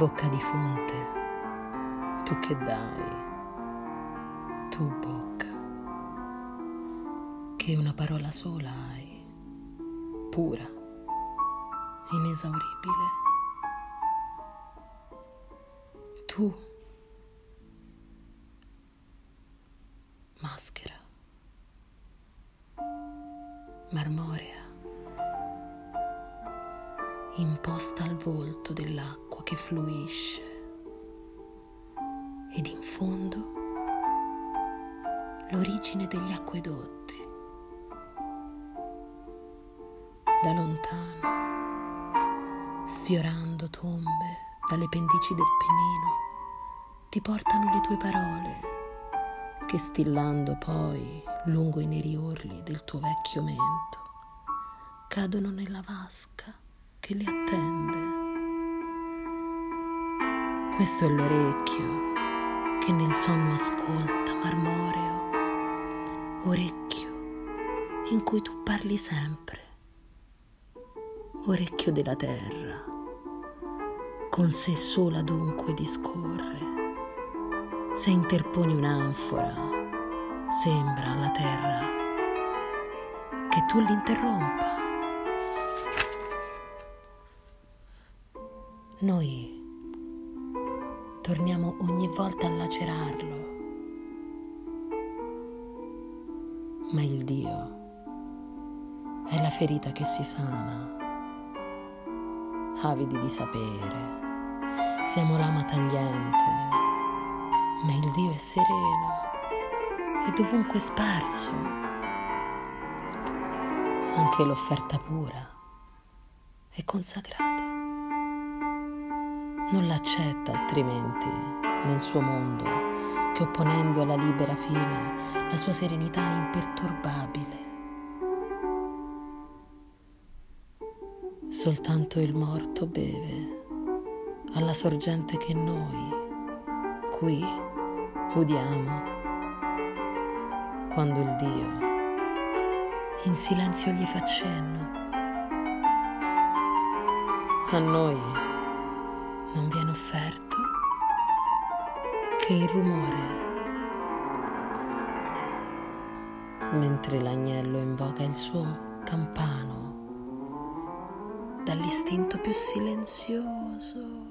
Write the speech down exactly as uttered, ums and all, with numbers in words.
Bocca di fonte, tu che dai, tu bocca, che una parola sola hai, pura, inesauribile. Tu, maschera, marmorea, imposta al volto dell'acqua che fluisce, ed in fondo l'origine degli acquedotti. Da lontano, sfiorando tombe dalle pendici del Pennino, ti portano le tue parole, che stillando poi lungo i neri orli del tuo vecchio mento, cadono nella vasca che le attende. Questo è l'orecchio che nel sonno ascolta, marmoreo, orecchio in cui tu parli sempre, orecchio della terra, con sé sola dunque discorre. Se interponi un'anfora, sembra alla terra che tu l'interrompa. Noi torniamo ogni volta a lacerarlo, ma il Dio è la ferita che si sana. Avidi di sapere, siamo lama tagliente, ma il Dio è sereno e dovunque sparso. Anche l'offerta pura è consacrata. Non l'accetta altrimenti nel suo mondo, che opponendo alla libera fine la sua serenità è imperturbabile. Soltanto il morto beve alla sorgente che noi qui udiamo, quando il Dio in silenzio gli fa cenno. A noi non viene offerto che il rumore, mentre l'agnello invoca il suo campano dall'istinto più silenzioso.